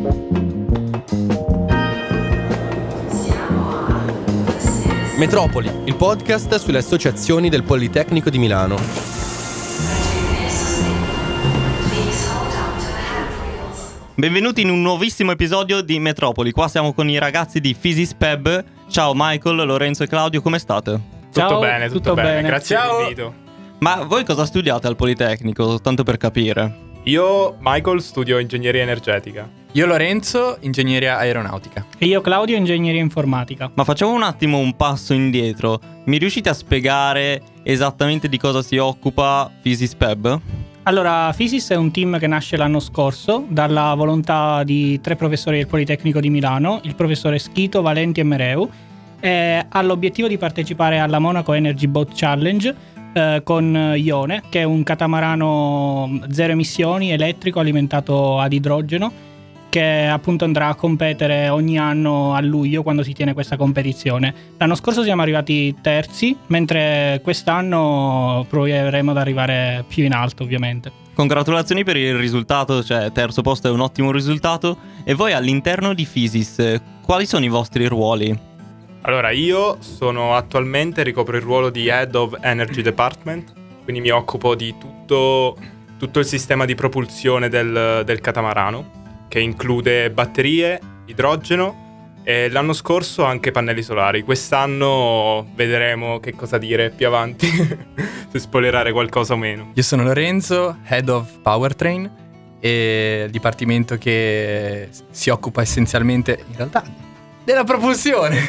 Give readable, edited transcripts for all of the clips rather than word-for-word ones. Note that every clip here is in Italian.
Metropoli, il podcast sulle associazioni del Politecnico di Milano. Benvenuti in un nuovissimo episodio di Metropoli. Qua siamo con i ragazzi di PhysisPeb. Ciao Michael, Lorenzo e Claudio, come state? Ciao, Tutto bene. Grazie Ciao. all'invito. Ma voi cosa studiate al Politecnico, tanto per capire? Io, Michael, studio ingegneria energetica. Io Lorenzo, ingegneria aeronautica. E io Claudio, ingegneria informatica. Ma facciamo un attimo un passo indietro. Mi riuscite a spiegare esattamente di cosa si occupa PhysisPeb? Allora, Physis è un team che nasce l'anno scorso dalla volontà di 3 professori del Politecnico di Milano, il professore Schito, Valenti e Mereu, e ha l'obiettivo di partecipare alla Monaco Energy Boat Challenge con Ione, che è un catamarano zero emissioni elettrico alimentato ad idrogeno, che appunto andrà a competere ogni anno a luglio quando si tiene questa competizione. L'anno scorso siamo arrivati terzi, mentre quest'anno proveremo ad arrivare più in alto, ovviamente. Congratulazioni per il risultato, cioè terzo posto è un ottimo risultato. E voi all'interno di Physis, quali sono i vostri ruoli? Allora, io attualmente ricopro il ruolo di Head of Energy Department, quindi mi occupo di tutto il sistema di propulsione del catamarano, che include batterie, idrogeno e l'anno scorso anche pannelli solari. Quest'anno vedremo che cosa dire più avanti, se spoilerare qualcosa o meno. Io sono Lorenzo, Head of Powertrain, e il dipartimento che si occupa essenzialmente, in realtà, della propulsione.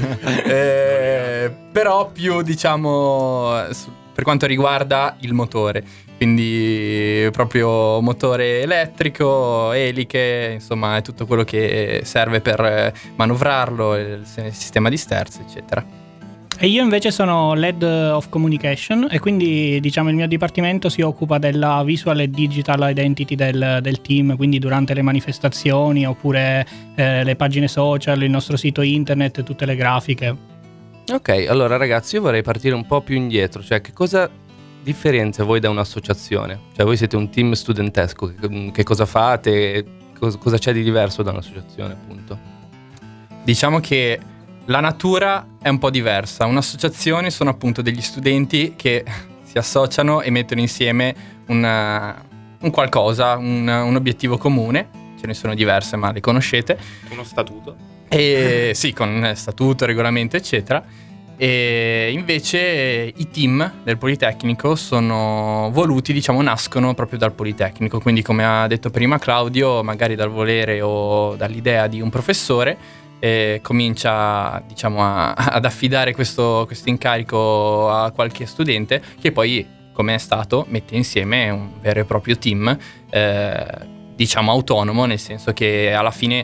Però più, diciamo, per quanto riguarda il motore. Quindi proprio motore elettrico, eliche, insomma è tutto quello che serve per manovrarlo, il sistema di sterzi, eccetera. E io invece sono Lead of Communication e quindi diciamo il mio dipartimento si occupa della visual e digital identity del team, quindi durante le manifestazioni oppure le pagine social, il nostro sito internet, tutte le grafiche. Ok, allora ragazzi, io vorrei partire un po' più indietro, cioè che cosa differenzia voi da un'associazione? Cioè voi siete un team studentesco, che cosa fate? Cosa c'è di diverso da un'associazione, appunto? Diciamo che la natura è un po' diversa. Un'associazione sono appunto degli studenti che si associano e mettono insieme un qualcosa, un obiettivo comune. Ce ne sono diverse, ma le conoscete. Uno statuto. E sì, con statuto, regolamento, eccetera. E invece i team del Politecnico sono voluti, diciamo, nascono proprio dal Politecnico. Quindi, come ha detto prima Claudio, magari dal volere o dall'idea di un professore, comincia, diciamo, ad affidare questo incarico a qualche studente che poi, come è stato, mette insieme un vero e proprio team, diciamo autonomo, nel senso che alla fine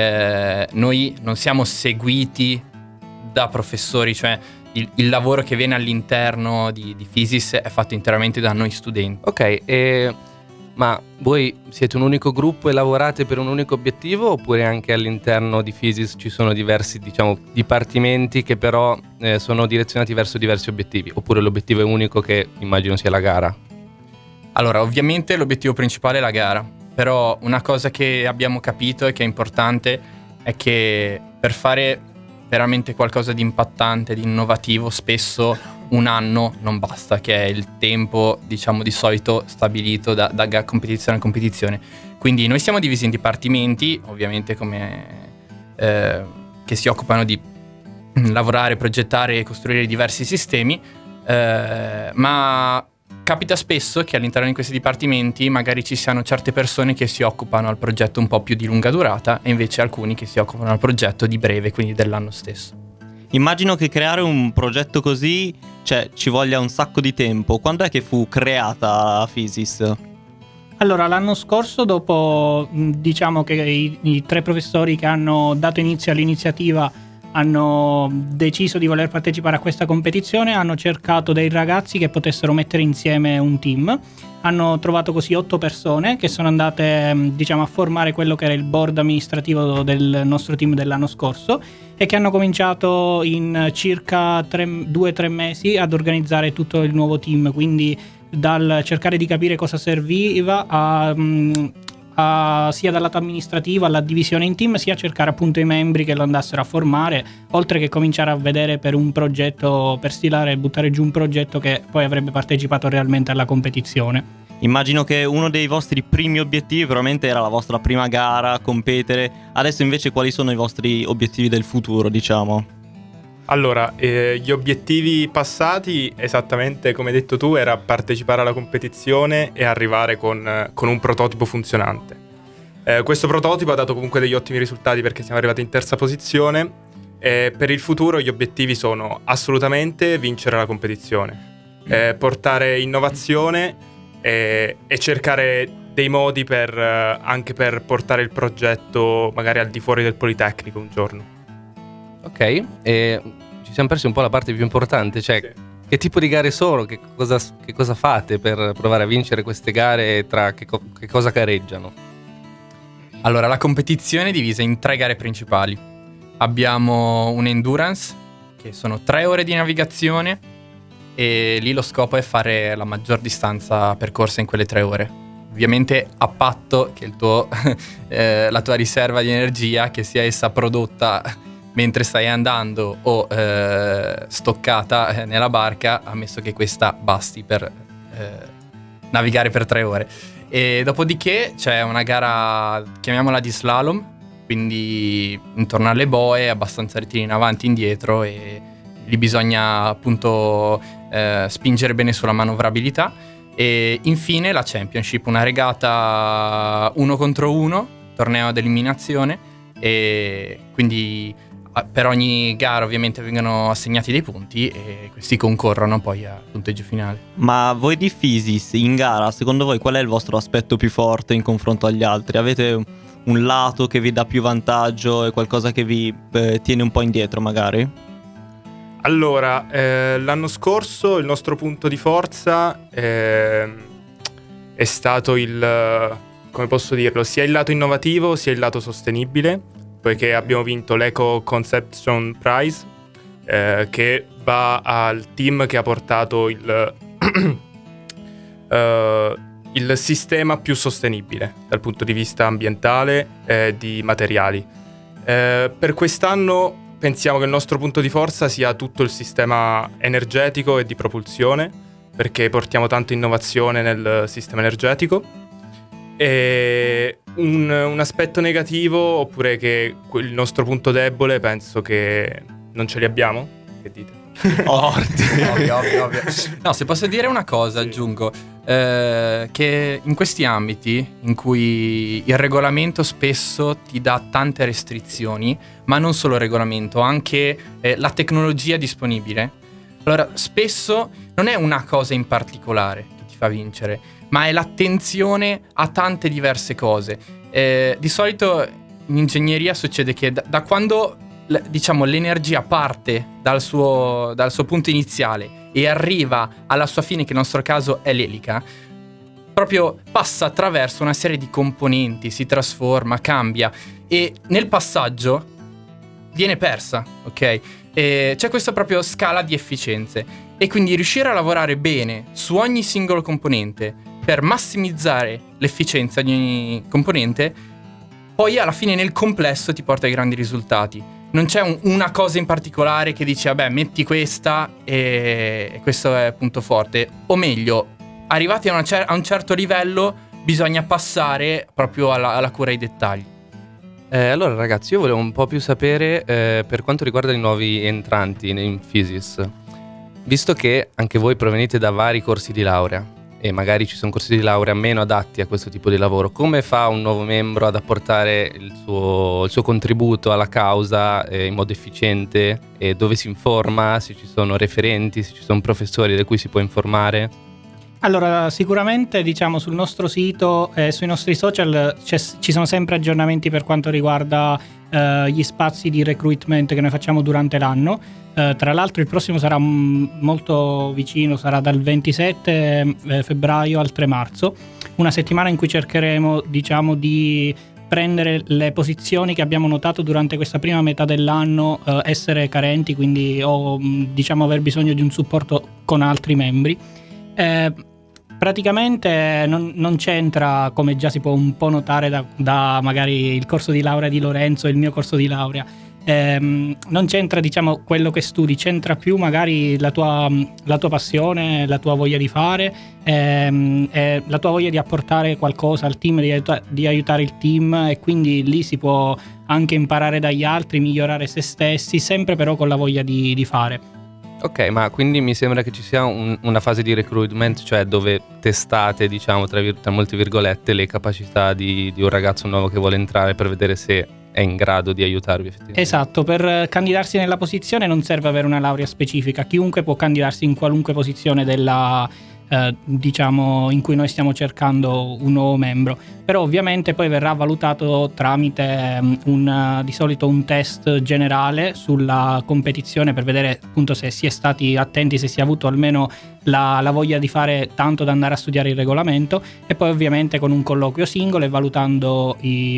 noi non siamo seguiti da professori, cioè il lavoro che viene all'interno di Physis è fatto interamente da noi studenti. Ok, ma voi siete un unico gruppo e lavorate per un unico obiettivo, oppure anche all'interno di Physis ci sono diversi, diciamo, dipartimenti che però sono direzionati verso diversi obiettivi, oppure l'obiettivo è unico, che immagino sia la gara? Allora, ovviamente l'obiettivo principale è la gara, però una cosa che abbiamo capito e che è importante è che per fare veramente qualcosa di impattante, di innovativo, spesso un anno non basta, che è il tempo, diciamo, di solito stabilito da competizione a competizione. Quindi noi siamo divisi in dipartimenti, ovviamente, che si occupano di lavorare, progettare e costruire diversi sistemi, ma capita spesso che all'interno di questi dipartimenti magari ci siano certe persone che si occupano al progetto un po' più di lunga durata e invece alcuni che si occupano al progetto di breve, quindi dell'anno stesso. Immagino che creare un progetto così, cioè, ci voglia un sacco di tempo. Quando è che fu creata Physis? Allora, l'anno scorso, dopo diciamo che i 3 professori che hanno dato inizio all'iniziativa hanno deciso di voler partecipare a questa competizione, hanno cercato dei ragazzi che potessero mettere insieme un team. Hanno trovato così 8 persone che sono andate, diciamo, a formare quello che era il board amministrativo del nostro team dell'anno scorso e che hanno cominciato in circa 2-3 mesi ad organizzare tutto il nuovo team, quindi dal cercare di capire cosa serviva a sia dal lato amministrativo alla divisione in team, sia cercare appunto i membri che lo andassero a formare, oltre che cominciare a vedere per un progetto, per stilare e buttare giù un progetto che poi avrebbe partecipato realmente alla competizione. Immagino che uno dei vostri primi obiettivi probabilmente era la vostra prima gara, competere. Adesso invece quali sono i vostri obiettivi del futuro, diciamo? Allora, gli obiettivi passati, esattamente come hai detto tu, era partecipare alla competizione e arrivare con un prototipo funzionante. Questo prototipo ha dato comunque degli ottimi risultati perché siamo arrivati in terza posizione. Per il futuro gli obiettivi sono assolutamente vincere la competizione, portare innovazione e cercare dei modi anche per portare il progetto magari al di fuori del Politecnico un giorno. Ok, e ci siamo persi un po' la parte più importante, cioè Sì. che tipo di gare sono, che cosa fate per provare a vincere queste gare, tra che cosa gareggiano? Allora, la competizione è divisa in 3 gare principali. Abbiamo un endurance, che sono 3 ore di navigazione, e lì lo scopo è fare la maggior distanza percorsa in quelle 3 ore. Ovviamente a patto che la tua riserva di energia, che sia essa prodotta mentre stai andando o stoccata nella barca, ammesso che questa basti per navigare per 3 ore. E dopodiché c'è una gara, chiamiamola di slalom, quindi intorno alle boe, abbastanza retini in avanti e indietro, e lì bisogna appunto spingere bene sulla manovrabilità. E infine la championship, una regata 1 contro 1, torneo ad eliminazione, e quindi per ogni gara ovviamente vengono assegnati dei punti e questi concorrono poi al punteggio finale. Ma voi di Physis in gara, secondo voi qual è il vostro aspetto più forte in confronto agli altri? Avete un lato che vi dà più vantaggio e qualcosa che vi tiene un po' indietro magari? Allora, l'anno scorso il nostro punto di forza è stato come posso dirlo, sia il lato innovativo sia il lato sostenibile, poiché abbiamo vinto l'Eco Conception Prize, che va al team che ha portato il sistema più sostenibile dal punto di vista ambientale e di materiali. Per quest'anno pensiamo che il nostro punto di forza sia tutto il sistema energetico e di propulsione, perché portiamo tanta innovazione nel sistema energetico. E un aspetto negativo, oppure che il nostro punto debole, penso che non ce li abbiamo. Che dite? Ovvio. No, se posso dire una cosa, aggiungo che in questi ambiti in cui il regolamento spesso ti dà tante restrizioni, ma non solo il regolamento, anche la tecnologia disponibile, allora spesso non è una cosa in particolare che ti fa vincere, ma è l'attenzione a tante diverse cose. Di solito in ingegneria succede che da quando diciamo l'energia parte dal suo punto iniziale e arriva alla sua fine, che nel nostro caso è l'elica, proprio passa attraverso una serie di componenti, si trasforma, cambia, e nel passaggio viene persa, ok? E c'è questa proprio scala di efficienze, e quindi riuscire a lavorare bene su ogni singolo componente per massimizzare l'efficienza di ogni componente, poi alla fine nel complesso ti porta ai grandi risultati. Non c'è una cosa in particolare che dici vabbè, metti questa e questo è punto forte. O meglio, arrivati a un certo livello bisogna passare proprio alla cura ai dettagli. Allora ragazzi, io volevo un po' più sapere per quanto riguarda i nuovi entranti in Physis. Visto che anche voi provenite da vari corsi di laurea e magari ci sono corsi di laurea meno adatti a questo tipo di lavoro, come fa un nuovo membro ad apportare il suo contributo alla causa in modo efficiente, e dove si informa, se ci sono referenti, se ci sono professori da cui si può informare? Allora, sicuramente diciamo sul nostro sito e sui nostri social ci sono sempre aggiornamenti per quanto riguarda gli spazi di recruitment che noi facciamo durante l'anno. Tra l'altro il prossimo sarà molto vicino, sarà dal 27 febbraio al 3 marzo, una settimana in cui cercheremo diciamo di prendere le posizioni che abbiamo notato durante questa prima metà dell'anno essere carenti, quindi o diciamo aver bisogno di un supporto con altri membri. Praticamente non c'entra, come già si può un po' notare da magari il corso di laurea di Lorenzo e il mio corso di laurea. Non c'entra, diciamo, quello che studi, c'entra più magari la tua passione, la tua voglia di fare, la tua voglia di apportare qualcosa al team, di aiutare il team, e quindi lì si può anche imparare dagli altri, migliorare se stessi, sempre però con la voglia di fare. Ok, ma quindi mi sembra che ci sia una fase di recruitment, cioè dove testate, diciamo, tra molte virgolette, le capacità di un ragazzo nuovo che vuole entrare, per vedere se è in grado di aiutarvi effettivamente. Esatto, per candidarsi nella posizione non serve avere una laurea specifica, chiunque può candidarsi in qualunque posizione della diciamo, in cui noi stiamo cercando un nuovo membro, però ovviamente poi verrà valutato tramite di solito un test generale sulla competizione, per vedere appunto se si è stati attenti, se si è avuto almeno la voglia di fare tanto da andare a studiare il regolamento, e poi ovviamente con un colloquio singolo e valutando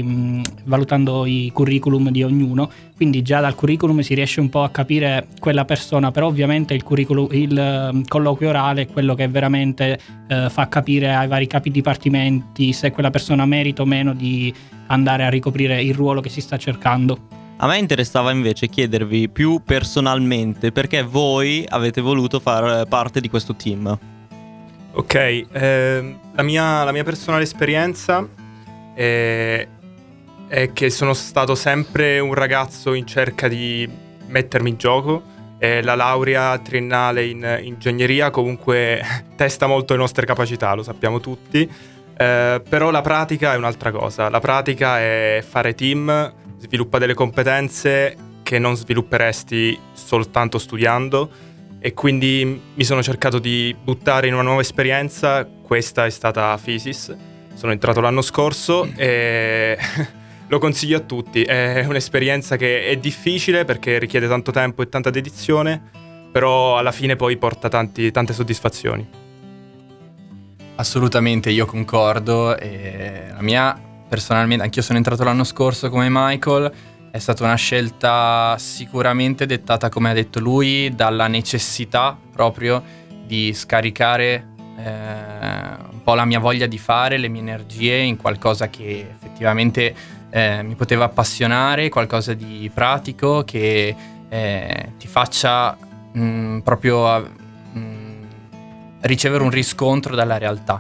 i curriculum di ognuno. Quindi già dal curriculum si riesce un po' a capire quella persona, però ovviamente il colloquio orale è quello che veramente fa capire ai vari capi dipartimenti se quella persona merita o meno di andare a ricoprire il ruolo che si sta cercando. A me interessava invece chiedervi più personalmente perché voi avete voluto far parte di questo team. Ok, la mia personale esperienza è che sono stato sempre un ragazzo in cerca di mettermi in gioco. La laurea triennale in ingegneria comunque testa molto le nostre capacità, lo sappiamo tutti, però la pratica è un'altra cosa. La pratica è fare team, sviluppa delle competenze che non svilupperesti soltanto studiando, e quindi mi sono cercato di buttare in una nuova esperienza. Questa è stata Physis, sono entrato l'anno scorso e lo consiglio a tutti. È un'esperienza che è difficile perché richiede tanto tempo e tanta dedizione, però alla fine poi porta tante soddisfazioni. Assolutamente, io concordo. La mia, personalmente, anch'io sono entrato l'anno scorso come Michael. È stata una scelta sicuramente dettata, come ha detto lui, dalla necessità proprio di scaricare un po' la mia voglia di fare, le mie energie in qualcosa che effettivamente mi poteva appassionare, qualcosa di pratico che ti faccia proprio ricevere un riscontro dalla realtà.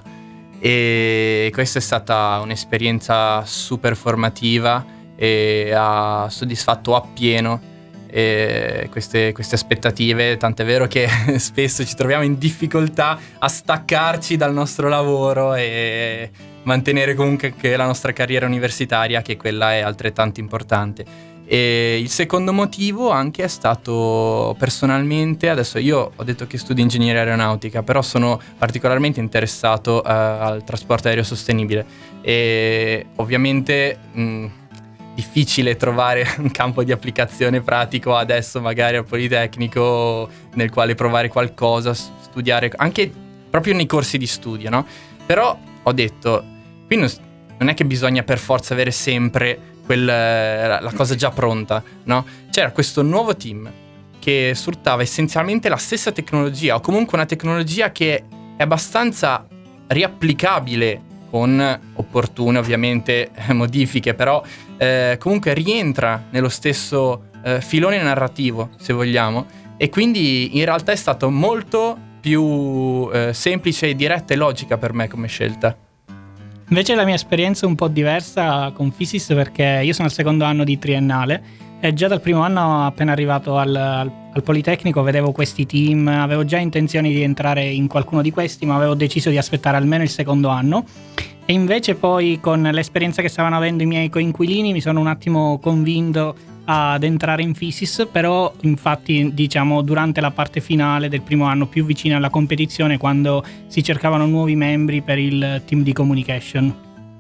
E questa è stata un'esperienza super formativa e ha soddisfatto appieno queste aspettative, tant'è vero che spesso ci troviamo in difficoltà a staccarci dal nostro lavoro e mantenere comunque anche la nostra carriera universitaria, che quella è altrettanto importante. E il secondo motivo anche è stato personalmente, adesso io ho detto che studio ingegneria aeronautica, però sono particolarmente interessato al trasporto aereo sostenibile e ovviamente difficile trovare un campo di applicazione pratico adesso magari al Politecnico nel quale provare qualcosa, studiare anche proprio nei corsi di studio, no? Però ho detto, qui non è che bisogna per forza avere sempre la cosa già pronta, no? C'era questo nuovo team che sfruttava essenzialmente la stessa tecnologia, o comunque una tecnologia che è abbastanza riapplicabile con opportune ovviamente modifiche, però comunque rientra nello stesso filone narrativo, se vogliamo, e quindi in realtà è stato molto più semplice, diretta e logica per me come scelta. Invece la mia esperienza è un po' diversa con Physis, perché io sono al secondo anno di triennale e già dal primo anno, appena arrivato al Politecnico, vedevo questi team, avevo già intenzione di entrare in qualcuno di questi, ma avevo deciso di aspettare almeno il secondo anno. E invece poi con l'esperienza che stavano avendo i miei coinquilini mi sono un attimo convinto ad entrare in Physis, però infatti diciamo durante la parte finale del primo anno, più vicina alla competizione, quando si cercavano nuovi membri per il team di communication.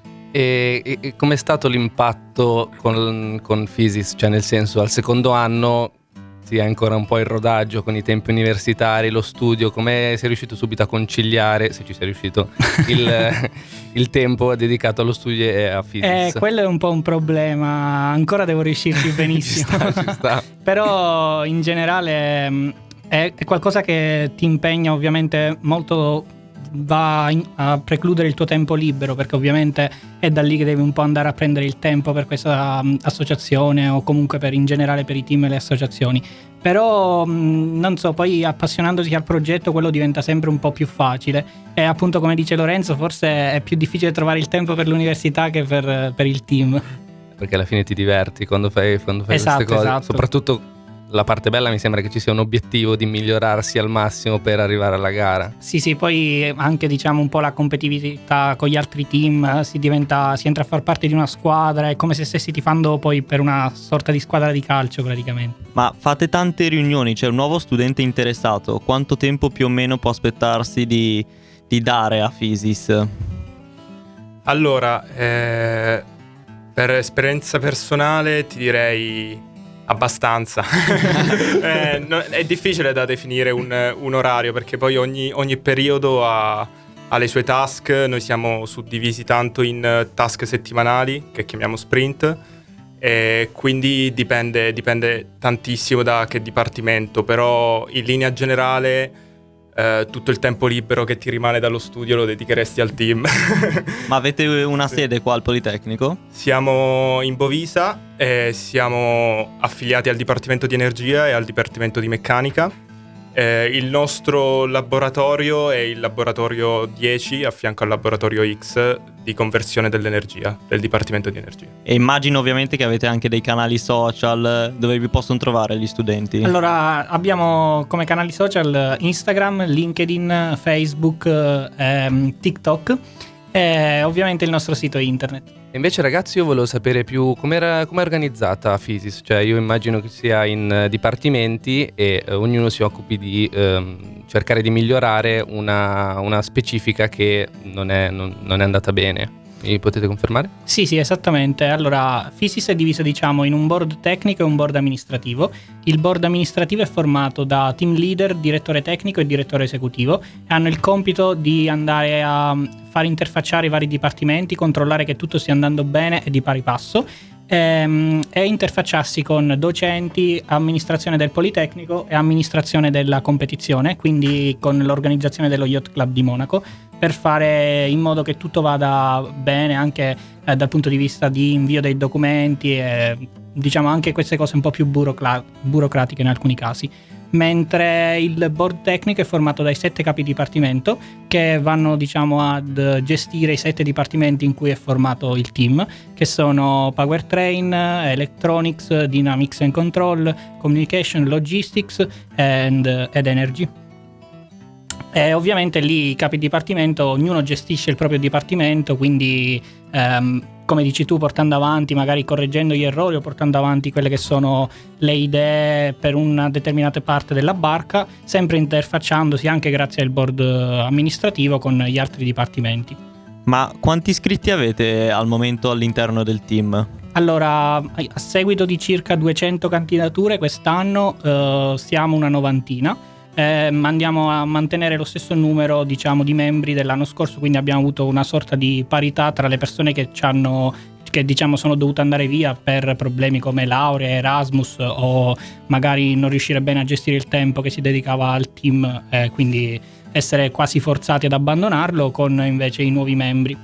E com'è stato l'impatto con Physis? Cioè, nel senso, al secondo anno si è ancora un po' in rodaggio con i tempi universitari, lo studio, come sei riuscito subito a conciliare, se ci sei riuscito, il tempo dedicato allo studio e a Physis? Quello è un po' un problema, ancora devo riuscirci benissimo. ci sta. Però in generale è qualcosa che ti impegna ovviamente molto a precludere il tuo tempo libero, perché ovviamente è da lì che devi un po' andare a prendere il tempo per questa associazione o comunque in generale per i team e le associazioni. Però non so, poi appassionandosi al progetto quello diventa sempre un po' più facile, e appunto come dice Lorenzo forse è più difficile trovare il tempo per l'università che per il team, perché alla fine ti diverti quando fai esatto, queste cose. esatto. Soprattutto la parte bella mi sembra che ci sia un obiettivo di migliorarsi al massimo per arrivare alla gara. Sì, poi anche diciamo un po' la competitività con gli altri team, si entra a far parte di una squadra, è come se stessi tifando poi per una sorta di squadra di calcio praticamente. Ma fate tante riunioni, c'è un nuovo studente interessato, quanto tempo più o meno può aspettarsi di dare a Physis? Allora, per esperienza personale ti direi abbastanza. È difficile da definire un orario, perché poi ogni periodo ha le sue task. Noi siamo suddivisi tanto in task settimanali, che chiamiamo sprint, e quindi dipende tantissimo da che dipartimento, però in linea generale tutto il tempo libero che ti rimane dallo studio lo dedicheresti al team. Ma avete una sede qua al Politecnico? Siamo in Bovisa e siamo affiliati al Dipartimento di Energia e al Dipartimento di Meccanica. Il nostro laboratorio è il laboratorio 10 a fianco al laboratorio X di conversione dell'energia del Dipartimento di Energia. E immagino ovviamente che avete anche dei canali social dove vi possono trovare gli studenti. Allora abbiamo come canali social Instagram, LinkedIn, Facebook, TikTok e ovviamente il nostro sito internet. E invece ragazzi, io volevo sapere più com'è organizzata Physis. Cioè io immagino che sia in dipartimenti e ognuno si occupi di cercare di migliorare una specifica che non è andata bene. Mi potete confermare? Sì, esattamente. Allora, Physis è diviso diciamo in un board tecnico e un board amministrativo. Il board amministrativo è formato da team leader, direttore tecnico e direttore esecutivo, e hanno il compito di andare a far interfacciare i vari dipartimenti, controllare che tutto stia andando bene e di pari passo, e interfacciarsi con docenti, amministrazione del Politecnico e amministrazione della competizione, quindi con l'organizzazione dello Yacht Club di Monaco, per fare in modo che tutto vada bene anche dal punto di vista di invio dei documenti e diciamo anche queste cose un po' più burocratiche in alcuni casi. Mentre il board tecnico è formato dai 7 capi dipartimento che vanno diciamo ad gestire i 7 dipartimenti in cui è formato il team, che sono Powertrain, Electronics, Dynamics and Control, Communication, Logistics ed Energy. E ovviamente lì i capi dipartimento, ognuno gestisce il proprio dipartimento, quindi come dici tu, portando avanti, magari correggendo gli errori o portando avanti quelle che sono le idee per una determinata parte della barca, sempre interfacciandosi anche grazie al board amministrativo con gli altri dipartimenti. Ma quanti iscritti avete al momento all'interno del team? Allora, a seguito di circa 200 candidature quest'anno siamo una novantina. Andiamo a mantenere lo stesso numero diciamo di membri dell'anno scorso, quindi abbiamo avuto una sorta di parità tra le persone che diciamo sono dovute andare via per problemi come laurea, Erasmus o magari non riuscire bene a gestire il tempo che si dedicava al team, quindi essere quasi forzati ad abbandonarlo, con invece i nuovi membri.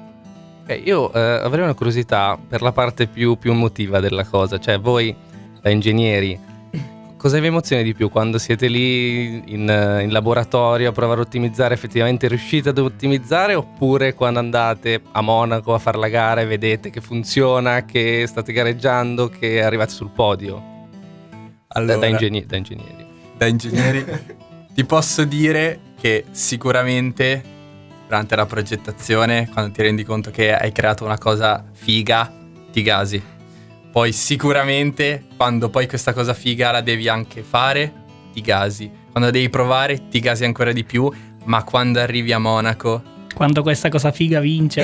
Io avrei una curiosità per la parte più emotiva della cosa, cioè voi da ingegneri cosa vi emoziona di più quando siete lì in laboratorio a provare a ottimizzare? Effettivamente riuscite ad ottimizzare, oppure quando andate a Monaco a fare la gara e vedete che funziona, che state gareggiando, che arrivate sul podio? Allora, da ingegneri. Da ingegneri ti posso dire che sicuramente durante la progettazione, quando ti rendi conto che hai creato una cosa figa, ti gasi. Poi sicuramente quando poi questa cosa figa la devi anche fare, ti gasi. Quando devi provare, ti gasi ancora di più. Ma quando arrivi a Monaco, quando questa cosa figa vince,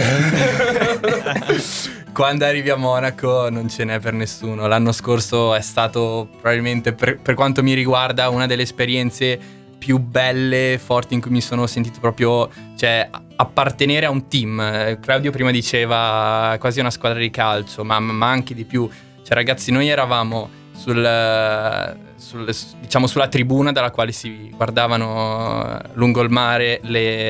quando arrivi a Monaco non ce n'è per nessuno. L'anno scorso è stato probabilmente, per quanto mi riguarda, una delle esperienze più belle, forti, in cui mi sono sentito proprio, cioè, appartenere a un team. Claudio prima diceva quasi una squadra di calcio, ma anche di più. Cioè ragazzi, noi eravamo diciamo sulla tribuna dalla quale si guardavano lungo il mare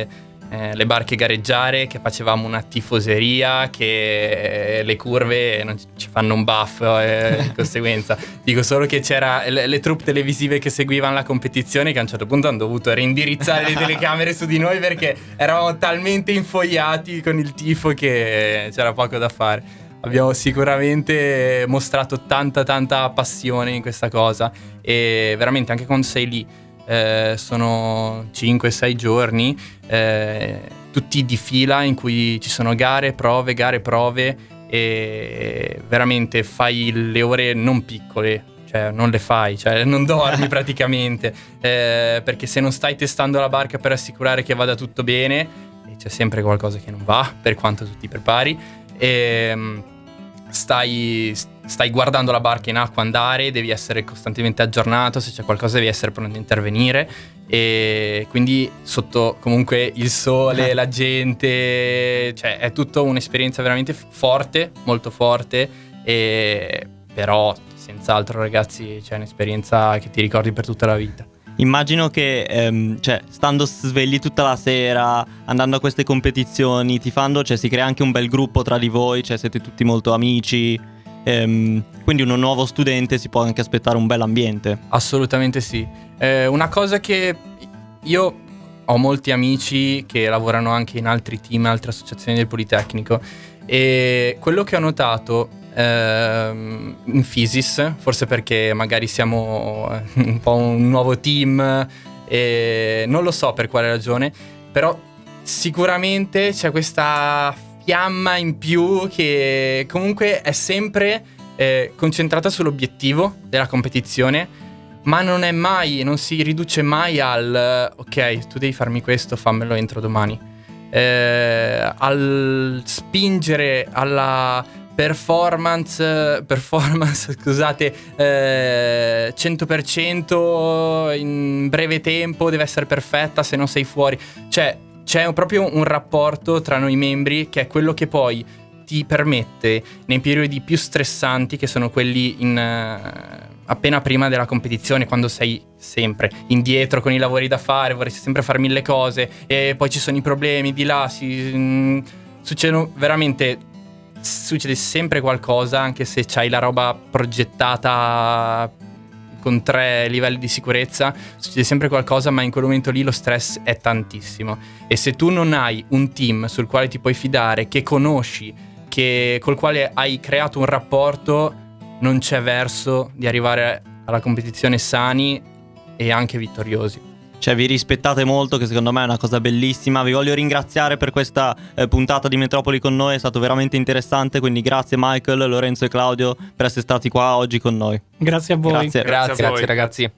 le barche gareggiare, che facevamo una tifoseria, che le curve non ci fanno un buff di conseguenza. Dico solo che c'era le troupe televisive che seguivano la competizione, che a un certo punto hanno dovuto reindirizzare le telecamere su di noi perché eravamo talmente infoiati con il tifo che c'era poco da fare. Abbiamo sicuramente mostrato tanta passione in questa cosa, e veramente anche quando sei lì, sono 5-6 giorni tutti di fila in cui ci sono gare, prove, e veramente fai le ore non piccole, cioè non le fai, cioè non dormi praticamente, perché se non stai testando la barca per assicurare che vada tutto bene, e c'è sempre qualcosa che non va per quanto tu ti prepari, e stai guardando la barca in acqua andare, devi essere costantemente aggiornato, se c'è qualcosa devi essere pronto a intervenire, e quindi sotto comunque il sole, la gente, cioè è tutta un'esperienza veramente forte, molto forte, e però senz'altro ragazzi c'è un'esperienza che ti ricordi per tutta la vita. Immagino che cioè, stando svegli tutta la sera, andando a queste competizioni, tifando, cioè si crea anche un bel gruppo tra di voi, cioè siete tutti molto amici, quindi uno nuovo studente si può anche aspettare un bel ambiente. Assolutamente sì. Una cosa che io ho molti amici che lavorano anche in altri team, altre associazioni del Politecnico, e quello che ho notato in Physis, forse perché magari siamo un po' un nuovo team e non lo so per quale ragione, però sicuramente c'è questa fiamma in più che comunque è sempre concentrata sull'obiettivo della competizione, ma non si riduce mai al ok, tu devi farmi questo, fammelo entro domani, al spingere alla performance scusate, 100% in breve tempo, deve essere perfetta, se no sei fuori. Cioè c'è proprio un rapporto tra noi membri che è quello che poi ti permette nei periodi più stressanti, che sono quelli appena prima della competizione, quando sei sempre indietro con i lavori da fare, vorresti sempre fare 1000 cose e poi ci sono i problemi di là, succede sempre qualcosa, anche se c'hai la roba progettata con 3 livelli di sicurezza, succede sempre qualcosa, ma in quel momento lì lo stress è tantissimo, e se tu non hai un team sul quale ti puoi fidare, che conosci, col quale hai creato un rapporto, non c'è verso di arrivare alla competizione sani e anche vittoriosi. Cioè vi rispettate molto, che secondo me è una cosa bellissima. Vi voglio ringraziare per questa puntata di Metropoli con noi, è stato veramente interessante, quindi grazie Michael, Lorenzo e Claudio per essere stati qua oggi con noi. Grazie a voi. Grazie ragazzi.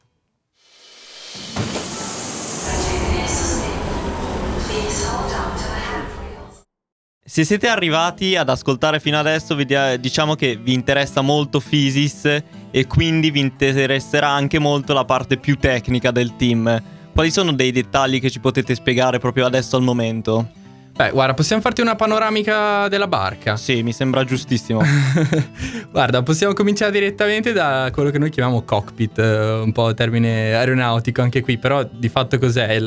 Se siete arrivati ad ascoltare fino adesso, diciamo che vi interessa molto Physis e quindi vi interesserà anche molto la parte più tecnica del team. Quali sono dei dettagli che ci potete spiegare proprio adesso al momento? Beh, guarda, possiamo farti una panoramica della barca? Sì, mi sembra giustissimo. Guarda, possiamo cominciare direttamente da quello che noi chiamiamo cockpit, un po' termine aeronautico anche qui, però di fatto cos'è?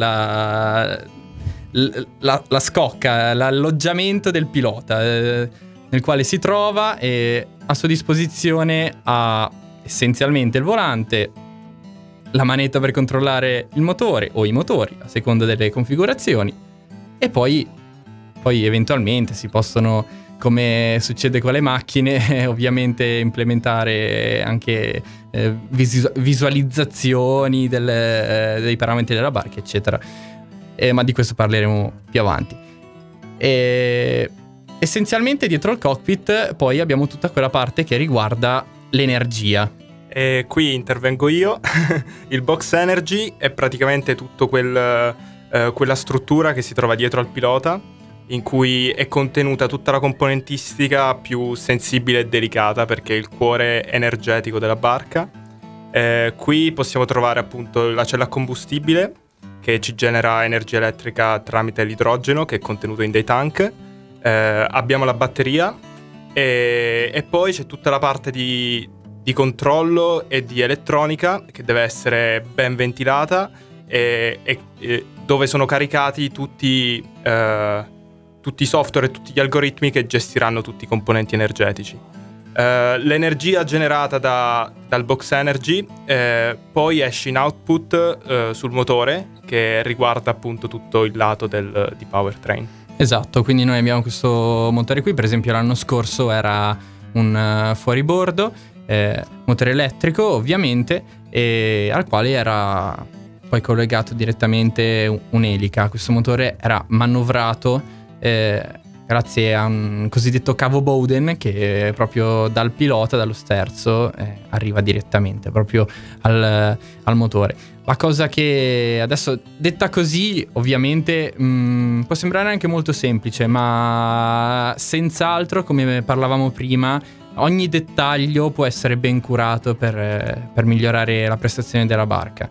La scocca, l'alloggiamento del pilota, nel quale si trova, e a sua disposizione ha essenzialmente il volante, la manetta per controllare il motore o i motori a seconda delle configurazioni, e poi eventualmente si possono, come succede con le macchine, ovviamente implementare anche visualizzazioni dei parametri della barca, eccetera. Ma di questo parleremo più avanti. Essenzialmente dietro al cockpit poi abbiamo tutta quella parte che riguarda l'energia. E qui intervengo io. Il box energy è praticamente tutto quella struttura che si trova dietro al pilota, in cui è contenuta tutta la componentistica più sensibile e delicata, perché è il cuore energetico della barca. Qui possiamo trovare appunto la cella a combustibile, che ci genera energia elettrica tramite l'idrogeno, che è contenuto in dei tank. Abbiamo la batteria e poi c'è tutta la parte di controllo e di elettronica, che deve essere ben ventilata e dove sono caricati tutti i software e tutti gli algoritmi che gestiranno tutti i componenti energetici. L'energia generata dal box energy poi esce in output sul motore, che riguarda appunto tutto il lato di powertrain. Esatto, quindi noi abbiamo questo motore qui, per esempio l'anno scorso era un fuoribordo, motore elettrico ovviamente, e al quale era poi collegato direttamente un'elica. Questo motore era manovrato grazie a un cosiddetto cavo Bowden, che proprio dal pilota, dallo sterzo, arriva direttamente proprio al motore. La cosa che adesso, detta così, ovviamente può sembrare anche molto semplice, ma senz'altro, come parlavamo prima, ogni dettaglio può essere ben curato per migliorare la prestazione della barca.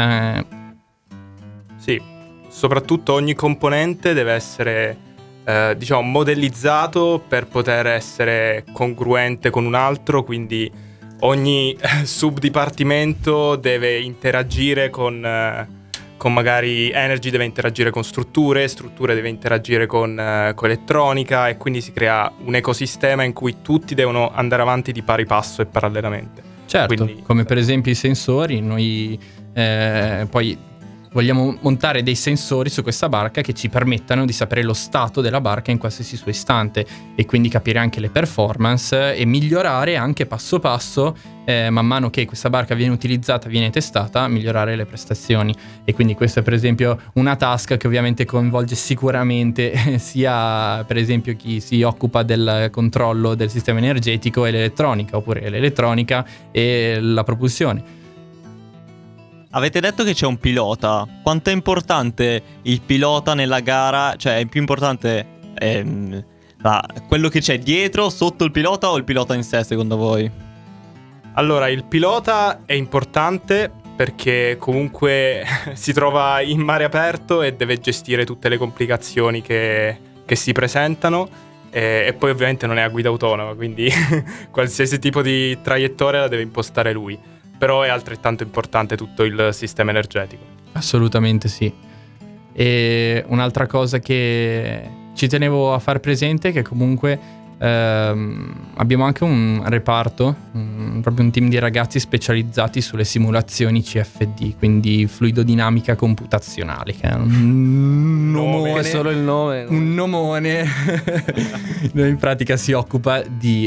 Sì, soprattutto ogni componente deve essere modellizzato per poter essere congruente con un altro, quindi ogni subdipartimento deve interagire con magari energy, deve interagire con strutture deve interagire con elettronica, e quindi si crea un ecosistema in cui tutti devono andare avanti di pari passo e parallelamente. Certo, quindi, come per esempio i sensori, noi poi vogliamo montare dei sensori su questa barca che ci permettano di sapere lo stato della barca in qualsiasi suo istante, e quindi capire anche le performance e migliorare anche passo passo, man mano che questa barca viene utilizzata, viene testata, migliorare le prestazioni. E quindi questa è per esempio una task che ovviamente coinvolge sicuramente sia per esempio chi si occupa del controllo del sistema energetico e l'elettronica, oppure l'elettronica e la propulsione. Avete detto che c'è un pilota. Quanto è importante il pilota nella gara? Cioè, è più importante quello che c'è dietro, sotto il pilota, o il pilota in sé, secondo voi? Allora, il pilota è importante perché comunque si trova in mare aperto e deve gestire tutte le complicazioni che si presentano, e poi ovviamente non è a guida autonoma, quindi qualsiasi tipo di traiettoria la deve impostare lui. Però è altrettanto importante tutto il sistema energetico. Assolutamente sì. E un'altra cosa che ci tenevo a far presente è che comunque abbiamo anche un reparto, proprio un team di ragazzi specializzati sulle simulazioni CFD, quindi fluidodinamica computazionale, che è un nomone, che solo il nome. un nomone. Noi in pratica si occupa di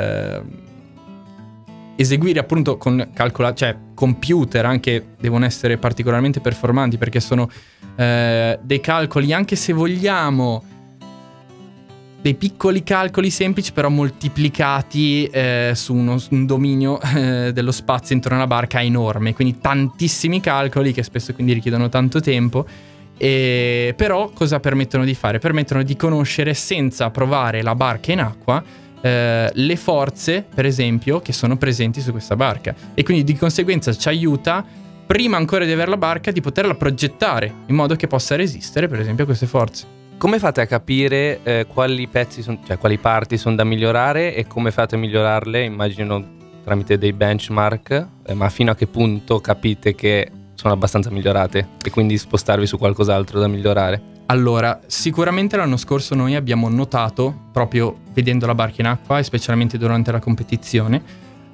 eseguire appunto con computer, anche devono essere particolarmente performanti, perché sono dei calcoli, anche se vogliamo dei piccoli calcoli semplici, però moltiplicati su un dominio dello spazio intorno alla barca enorme, quindi tantissimi calcoli che spesso quindi richiedono tanto tempo. Però cosa permettono di fare? Permettono di conoscere, senza provare la barca in acqua, le forze, per esempio, che sono presenti su questa barca, e quindi di conseguenza ci aiuta, prima ancora di avere la barca, di poterla progettare in modo che possa resistere, per esempio, a queste forze. Come fate a capire quali pezzi quali parti sono da migliorare, e come fate a migliorarle? Immagino tramite dei benchmark, ma fino a che punto capite che sono abbastanza migliorate e quindi spostarvi su qualcos'altro da migliorare? Allora, sicuramente l'anno scorso noi abbiamo notato, proprio vedendo la barca in acqua e specialmente durante la competizione,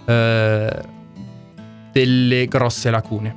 delle grosse lacune.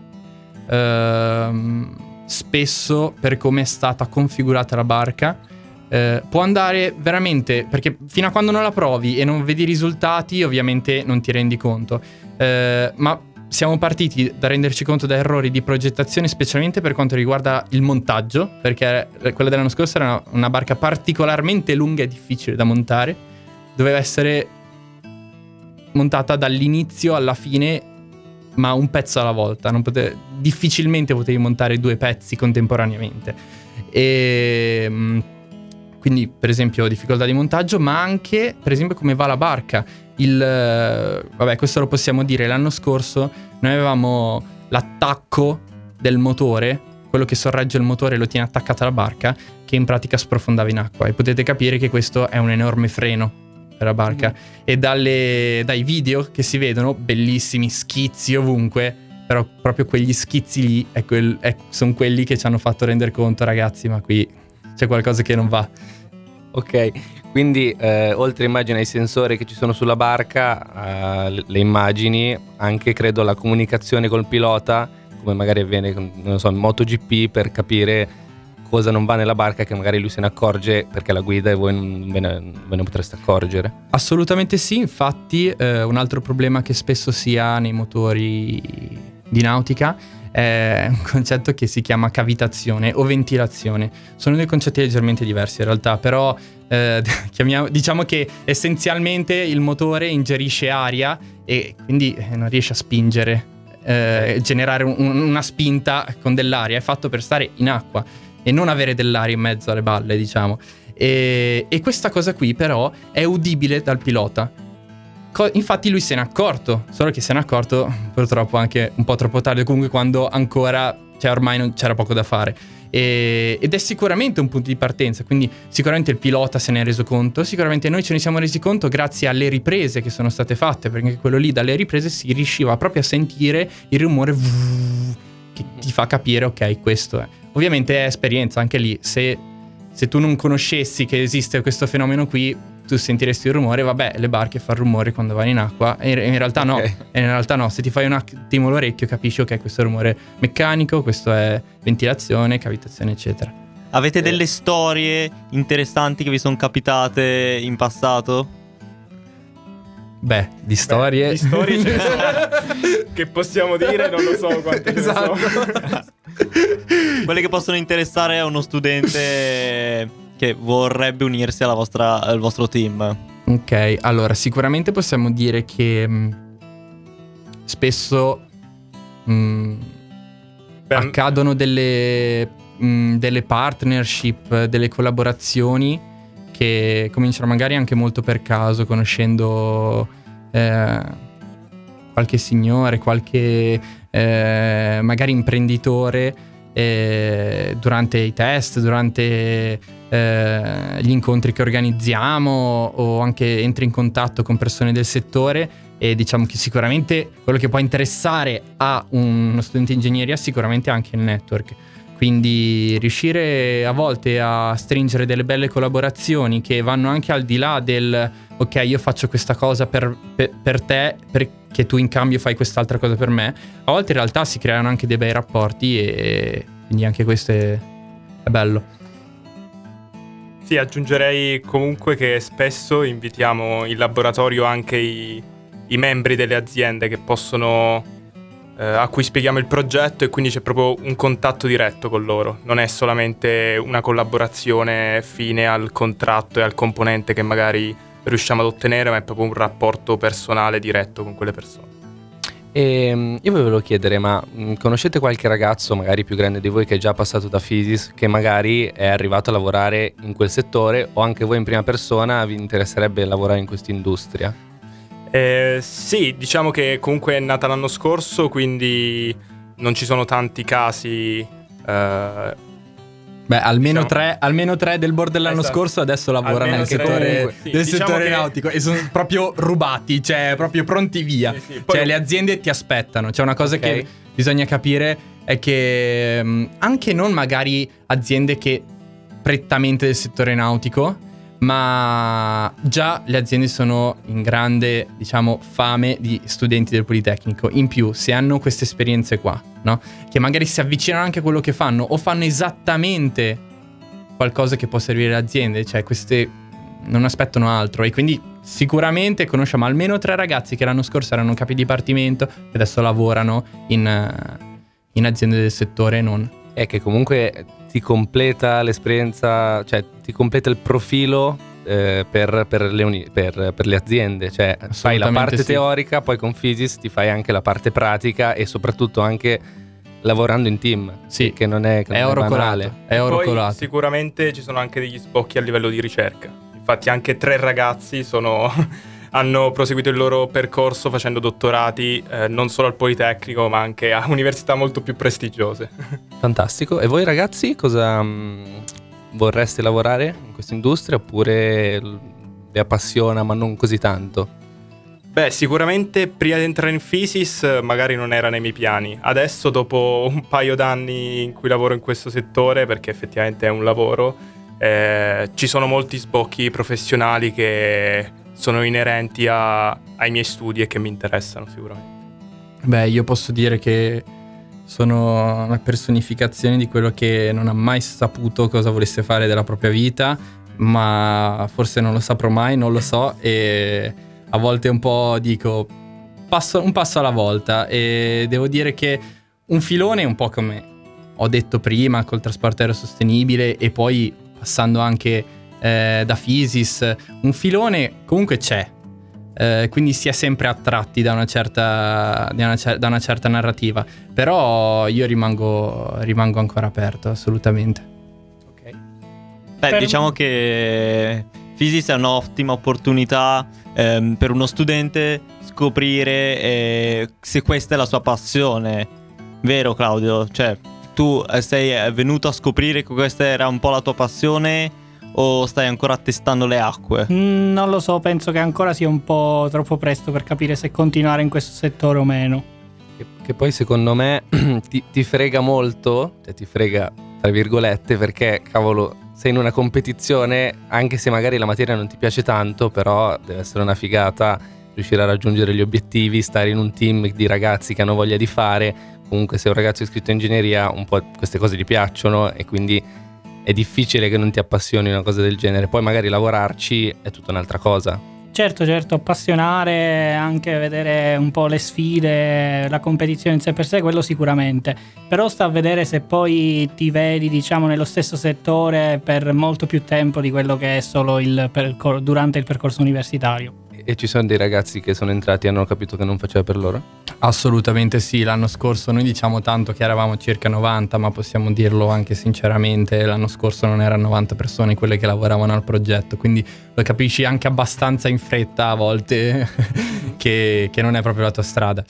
Spesso, per come è stata configurata la barca, può andare veramente, perché fino a quando non la provi e non vedi i risultati ovviamente non ti rendi conto, ma siamo partiti da renderci conto da errori di progettazione, specialmente per quanto riguarda il montaggio, perché quella dell'anno scorso era una barca particolarmente lunga e difficile da montare. Doveva essere montata dall'inizio alla fine, ma un pezzo alla volta. Difficilmente potevi montare due pezzi contemporaneamente. E quindi, per esempio, difficoltà di montaggio, ma anche, per esempio, come va la barca. Questo lo possiamo dire, l'anno scorso noi avevamo l'attacco del motore, quello che sorregge il motore e lo tiene attaccato alla barca, che in pratica sprofondava in acqua, e potete capire che questo è un enorme freno per la barca. E dai video che si vedono, bellissimi, schizzi ovunque, però proprio quegli schizzi lì sono quelli che ci hanno fatto rendere conto, ragazzi, ma qui c'è qualcosa che non va. Ok, quindi oltre immagino ai sensori che ci sono sulla barca, le immagini, anche credo la comunicazione col pilota, come magari avviene con, non so, in MotoGP, per capire cosa non va nella barca, che magari lui se ne accorge perché la guida e voi non ve ne potreste accorgere. Assolutamente sì, infatti un altro problema che spesso si ha nei motori di nautica è un concetto che si chiama cavitazione o ventilazione. Sono due concetti leggermente diversi in realtà, però diciamo che essenzialmente il motore ingerisce aria e quindi non riesce a spingere, generare una spinta con dell'aria. È fatto per stare in acqua e non avere dell'aria in mezzo alle balle, diciamo. E questa cosa qui però è udibile dal pilota. Infatti lui se n'è accorto, solo che se n'è accorto purtroppo anche un po' troppo tardi, comunque quando ancora, cioè ormai non c'era poco da fare. Ed è sicuramente un punto di partenza, quindi sicuramente il pilota se ne è reso conto, sicuramente noi ce ne siamo resi conto grazie alle riprese che sono state fatte, perché quello lì dalle riprese si riusciva proprio a sentire il rumore che ti fa capire ok, questo è. Ovviamente è esperienza, anche lì se tu non conoscessi che esiste questo fenomeno qui, tu sentiresti il rumore, vabbè, le barche fanno rumore quando vanno in acqua, e in realtà no, in realtà no, se ti fai un attimo l'orecchio capisci ok, questo è rumore meccanico, questo è ventilazione, cavitazione, eccetera. Avete delle storie interessanti che vi sono capitate in passato? Beh, di storie... Di storie ce ne sono. Che possiamo dire, non lo so quante ce ne sono. Quelle che possono interessare a uno studente che vorrebbe unirsi al vostro team. Ok, allora sicuramente possiamo dire che spesso accadono delle partnership, delle collaborazioni che cominciano magari anche molto per caso, conoscendo qualche signore, qualche magari imprenditore durante i test, durante gli incontri che organizziamo, o anche entri in contatto con persone del settore, e diciamo che sicuramente quello che può interessare a uno studente di ingegneria è sicuramente anche il network. Quindi riuscire a volte a stringere delle belle collaborazioni che vanno anche al di là del ok, io faccio questa cosa per te, perché tu in cambio fai quest'altra cosa per me. A volte in realtà si creano anche dei bei rapporti, e quindi anche questo è bello. Sì, aggiungerei comunque che spesso invitiamo in laboratorio anche i membri delle aziende che possono... a cui spieghiamo il progetto, e quindi c'è proprio un contatto diretto con loro. Non è solamente una collaborazione fine al contratto e al componente che magari riusciamo ad ottenere, ma è proprio un rapporto personale diretto con quelle persone. E io volevo chiedere, ma conoscete qualche ragazzo magari più grande di voi che è già passato da Physis, che magari è arrivato a lavorare in quel settore, o anche voi in prima persona vi interesserebbe lavorare in questa industria? Sì, diciamo che comunque è nata l'anno scorso, quindi non ci sono tanti casi. Beh, almeno tre del board dell'anno scorso adesso lavorano nel settore, settore nautico, e sono proprio rubati, cioè proprio pronti via. Sì. Cioè le aziende ti aspettano. C'è una cosa che bisogna capire, è che anche non magari aziende che prettamente del settore nautico, ma già le aziende sono in grande, diciamo, fame di studenti del Politecnico. In più, se hanno queste esperienze qua, no? Che magari si avvicinano anche a quello che fanno, o fanno esattamente qualcosa che può servire alle aziende, cioè queste non aspettano altro. E quindi sicuramente conosciamo almeno 3 ragazzi che l'anno scorso erano capi dipartimento e adesso lavorano in aziende del settore e non. È che comunque ti completa l'esperienza, cioè ti completa il profilo per le aziende, cioè fai la parte teorica, poi con Physis ti fai anche la parte pratica, e soprattutto anche lavorando in team, sì, che non è oro banale. È oro poi colato. Sicuramente ci sono anche degli sbocchi a livello di ricerca. Infatti anche 3 ragazzi hanno proseguito il loro percorso facendo dottorati non solo al Politecnico, ma anche a università molto più prestigiose. Fantastico. E voi ragazzi cosa vorreste lavorare in questa industria, oppure vi appassiona ma non così tanto? Beh, sicuramente prima di entrare in Physis magari non era nei miei piani. Adesso, dopo un paio d'anni in cui lavoro in questo settore, perché effettivamente è un lavoro, ci sono molti sbocchi professionali che sono inerenti ai miei studi e che mi interessano sicuramente. Beh, io posso dire che sono una personificazione di quello che non ha mai saputo cosa volesse fare della propria vita, ma forse non lo saprò mai, non lo so, e a volte un po' dico un passo alla volta, e devo dire che un filone, un po' come ho detto prima col trasporto aereo sostenibile e poi passando anche da Physis, un filone comunque c'è, quindi si è sempre attratti da una certa narrativa, però io rimango ancora aperto, assolutamente. Beh, diciamo che Physis è un'ottima opportunità per uno studente scoprire se questa è la sua passione. Vero, Claudio? Cioè, tu sei venuto a scoprire che questa era un po' la tua passione o stai ancora testando le acque? Non lo so, penso che ancora sia un po' troppo presto per capire se continuare in questo settore o meno. Che poi secondo me ti frega molto, cioè ti frega tra virgolette, perché cavolo, sei in una competizione, anche se magari la materia non ti piace tanto, però deve essere una figata riuscire a raggiungere gli obiettivi, stare in un team di ragazzi che hanno voglia di fare. Comunque se un ragazzo è iscritto in ingegneria un po' queste cose gli piacciono e quindi è difficile che non ti appassioni una cosa del genere. Poi magari lavorarci è tutta un'altra cosa. Certo, appassionare, anche vedere un po' le sfide, la competizione in sé per sé, quello sicuramente. Però sta a vedere se poi ti vedi, diciamo, nello stesso settore per molto più tempo di quello che è solo durante il percorso universitario. E ci sono dei ragazzi che sono entrati e hanno capito che non faceva per loro? Assolutamente sì, l'anno scorso noi diciamo tanto che eravamo circa 90, ma possiamo dirlo anche sinceramente, l'anno scorso non erano 90 persone quelle che lavoravano al progetto, quindi lo capisci anche abbastanza in fretta a volte che non è proprio la tua strada.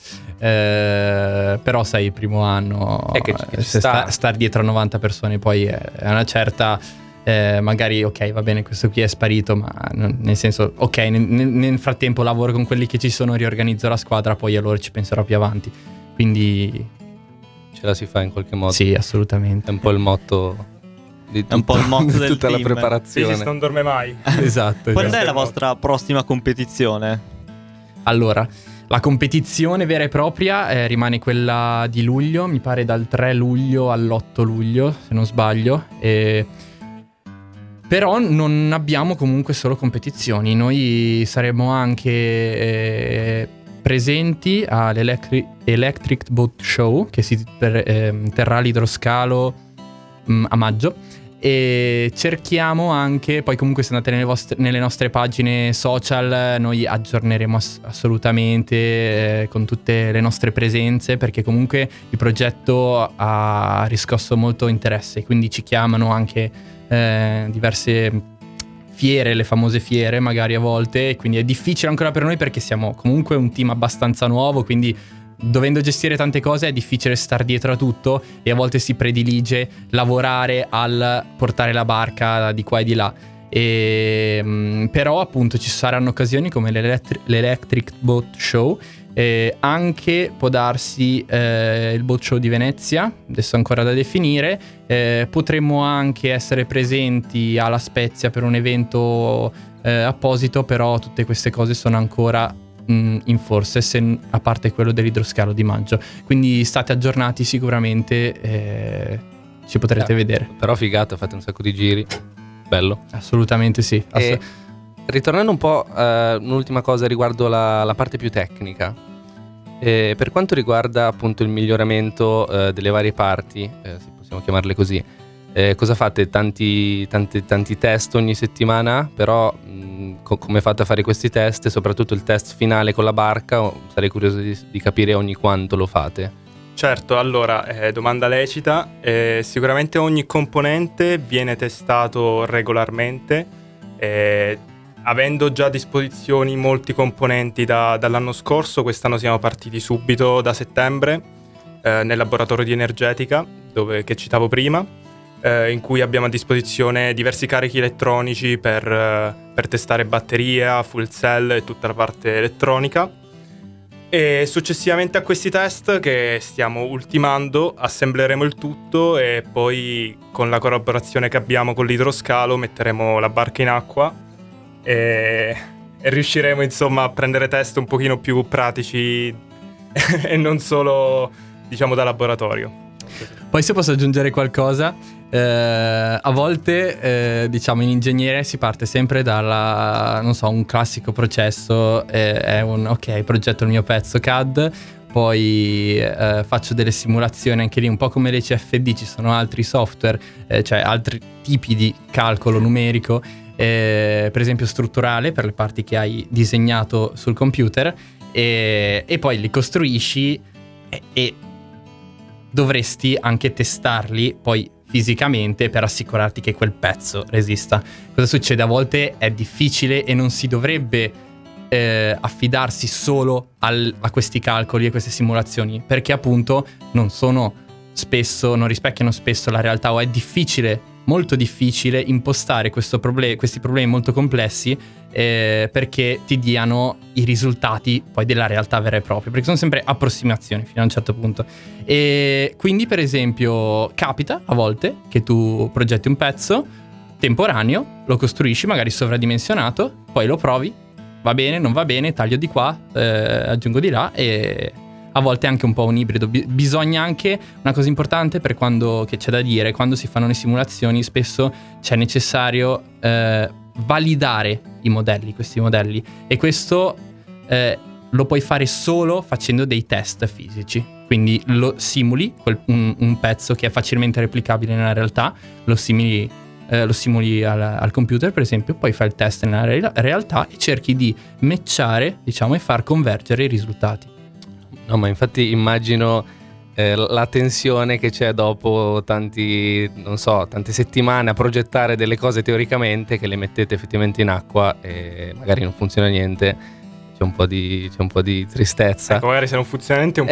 Però sai, il primo anno star dietro a 90 persone poi è una certa... magari ok, va bene, questo qui è sparito, ma nel senso ok, nel frattempo lavoro con quelli che ci sono, riorganizzo la squadra, poi allora ci penserò più avanti, quindi ce la si fa in qualche modo. Sì, assolutamente, è un po' il motto di è un po' il motto del tutta team. La preparazione. Sì, non dorme mai. Esatto. Quando è la vostra prossima competizione? Allora, la competizione vera e propria rimane quella di luglio, mi pare dal 3 luglio all'8 luglio se non sbaglio, però non abbiamo comunque solo competizioni, noi saremo anche presenti all'Electric Boat Show che si terrà all'Idroscalo a maggio, e cerchiamo anche, poi comunque se andate nelle nostre pagine social noi aggiorneremo assolutamente con tutte le nostre presenze, perché comunque il progetto ha riscosso molto interesse, quindi ci chiamano anche diverse fiere, le famose fiere magari a volte, e quindi è difficile ancora per noi perché siamo comunque un team abbastanza nuovo, quindi dovendo gestire tante cose è difficile star dietro a tutto e a volte si predilige lavorare al portare la barca di qua e di là. Però appunto ci saranno occasioni come l'Electric Boat Show, anche può darsi il Boat Show di Venezia, adesso ancora da definire, potremmo anche essere presenti alla Spezia per un evento apposito, però tutte queste cose sono ancora in forse, a parte quello dell'idroscalo di maggio, quindi state aggiornati sicuramente, ci potrete vedere. Però figata, fate un sacco di giri, bello. Assolutamente sì. Ritornando un po' un'ultima cosa riguardo la parte più tecnica, per quanto riguarda appunto il miglioramento delle varie parti, se possiamo chiamarle così, cosa fate? Tanti test ogni settimana, però come fate a fare questi test e soprattutto il test finale con la barca? Sarei curioso di capire ogni quanto lo fate. Certo, allora, domanda lecita. Sicuramente ogni componente viene testato regolarmente, avendo già a disposizione molti componenti dall'anno scorso. Quest'anno siamo partiti subito da settembre nel laboratorio di energetica che citavo prima, in cui abbiamo a disposizione diversi carichi elettronici per testare batteria, fuel cell e tutta la parte elettronica. E successivamente a questi test che stiamo ultimando, assembleremo il tutto e poi con la collaborazione che abbiamo con l'idroscalo metteremo la barca in acqua e riusciremo insomma a prendere test un pochino più pratici e non solo diciamo da laboratorio. Poi se posso aggiungere qualcosa, a volte diciamo in ingegneria si parte sempre dalla, non so, un classico processo, è un ok, progetto il mio pezzo CAD, poi faccio delle simulazioni anche lì, un po' come le CFD, ci sono altri software, cioè altri tipi di calcolo numerico, per esempio strutturale per le parti che hai disegnato sul computer, e poi li costruisci e dovresti anche testarli poi fisicamente per assicurarti che quel pezzo resista. Cosa succede? A volte è difficile e non si dovrebbe affidarsi solo a questi calcoli e queste simulazioni, perché appunto non rispecchiano spesso la realtà, o è difficile, molto difficile impostare questi problemi molto complessi perché ti diano i risultati poi della realtà vera e propria, perché sono sempre approssimazioni fino a un certo punto. E quindi per esempio capita a volte che tu progetti un pezzo temporaneo, lo costruisci magari sovradimensionato, poi lo provi, va bene, non va bene, taglio di qua, aggiungo di là, e a volte è anche un po' un ibrido. Bisogna anche, una cosa importante per che c'è da dire, quando si fanno le simulazioni spesso c'è necessario validare questi modelli, e questo lo puoi fare solo facendo dei test fisici. Quindi lo simuli un pezzo che è facilmente replicabile nella realtà, lo simuli al computer per esempio, poi fai il test nella realtà e cerchi di matchare, diciamo, e far convergere i risultati. No, ma infatti immagino la tensione che c'è dopo tante settimane a progettare delle cose teoricamente, che le mettete effettivamente in acqua e magari non funziona niente, c'è un po' di tristezza. Ecco, magari se non funziona niente un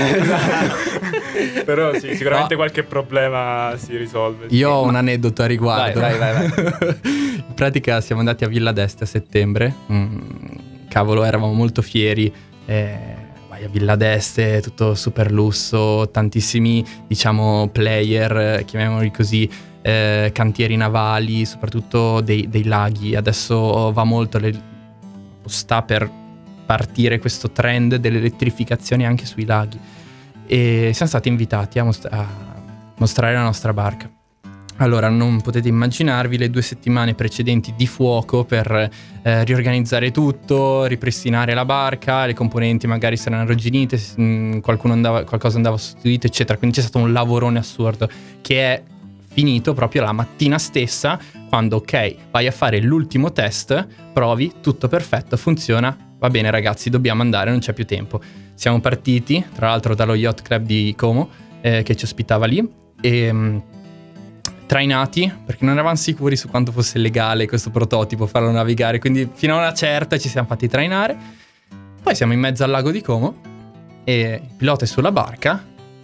po'. Però sì, sicuramente qualche problema si risolve. Io ho un aneddoto a riguardo. Vai. In pratica siamo andati a Villa d'Este a settembre, cavolo, eravamo molto fieri, vai a Villa d'Este, tutto super lusso, tantissimi, diciamo, player, chiamiamoli così, cantieri navali, soprattutto dei laghi. Adesso va molto, sta per partire questo trend dell'elettrificazione anche sui laghi, e siamo stati invitati a mostrare la nostra barca. Allora, non potete immaginarvi le 2 settimane precedenti di fuoco per riorganizzare tutto, ripristinare la barca, le componenti magari si erano arrugginite, qualcosa andava sostituito, eccetera. Quindi c'è stato un lavorone assurdo che è finito proprio la mattina stessa, quando vai a fare l'ultimo test, provi, tutto perfetto, funziona, va bene ragazzi, dobbiamo andare, non c'è più tempo. Siamo partiti, tra l'altro, dallo Yacht Club di Como, che ci ospitava lì, e trainati, perché non eravamo sicuri su quanto fosse legale questo prototipo farlo navigare, quindi fino a una certa ci siamo fatti trainare. Poi siamo in mezzo al lago di Como e il pilota è sulla barca,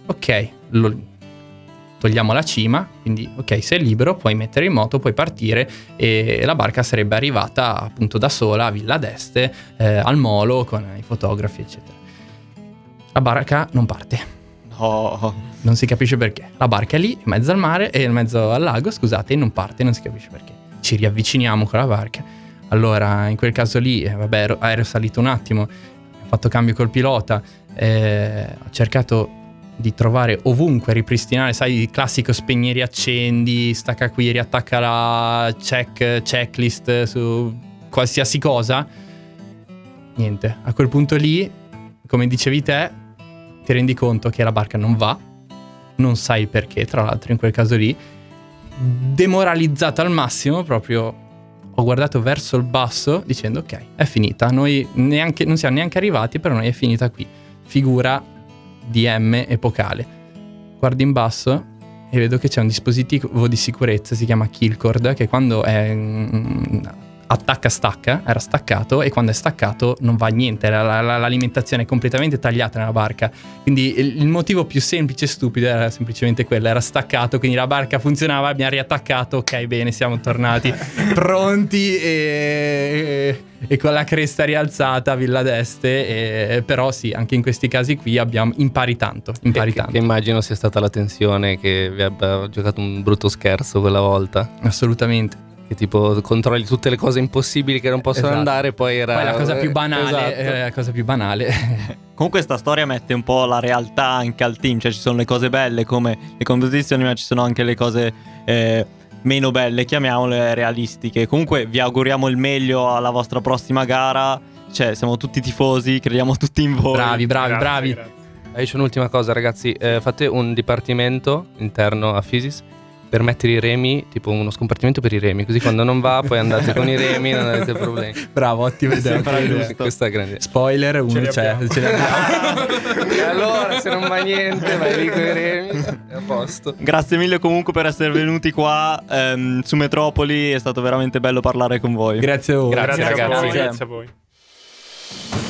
togliamo la cima, quindi sei libero, puoi mettere in moto, puoi partire, e la barca sarebbe arrivata appunto da sola a Villa d'Este, al molo con i fotografi eccetera. La barca non parte. No. Non si capisce perché. La barca è lì, in mezzo al mare, e in mezzo al lago, scusate, e non parte, non si capisce perché. Ci riavviciniamo con la barca. Allora, in quel caso lì, ero salito un attimo, ho fatto cambio col pilota, ho cercato di trovare ovunque, ripristinare, sai, il classico spegni riaccendi, stacca qui, riattacca la checklist su qualsiasi cosa. Niente, a quel punto lì, come dicevi te, ti rendi conto che la barca non va, non sai perché, tra l'altro in quel caso lì, demoralizzato al massimo, proprio ho guardato verso il basso dicendo è finita, noi non siamo neanche arrivati, per noi è finita qui, figura DM epocale. Guardo in basso e vedo che c'è un dispositivo di sicurezza, si chiama Killcord, che quando è stacca, era staccato, e quando è staccato non va niente, l'alimentazione è completamente tagliata nella barca. Quindi il motivo più semplice e stupido era semplicemente quello, era staccato, quindi la barca funzionava, abbiamo riattaccato, ok, bene, siamo tornati pronti e con la cresta rialzata, Villa d'Este, però sì, anche in questi casi qui impari tanto. Che immagino sia stata la tensione che vi abbia giocato un brutto scherzo quella volta. Assolutamente. Che tipo controlli tutte le cose impossibili che non possono andare, poi era... la cosa più banale, esatto. la cosa più banale. Comunque sta storia mette un po' la realtà anche al team, cioè ci sono le cose belle come le competizioni, ma ci sono anche le cose meno belle, chiamiamole realistiche. Comunque vi auguriamo il meglio alla vostra prossima gara, cioè siamo tutti tifosi, crediamo tutti in voi. Bravi. Grazie. C'è un'ultima cosa, ragazzi, fate un dipartimento interno a Physis per mettere i remi, tipo uno scompartimento per i remi, così quando non va poi andate con i remi e non avete problemi. Bravo, ottima idea. Questa è grande. Spoiler, uno c'è. Ce l'abbiamo. E allora se non va niente vai lì con i remi, è a posto. Grazie mille comunque per essere venuti qua su Metropoli, è stato veramente bello parlare con voi. Grazie a voi. Grazie a voi. Grazie. Grazie a voi.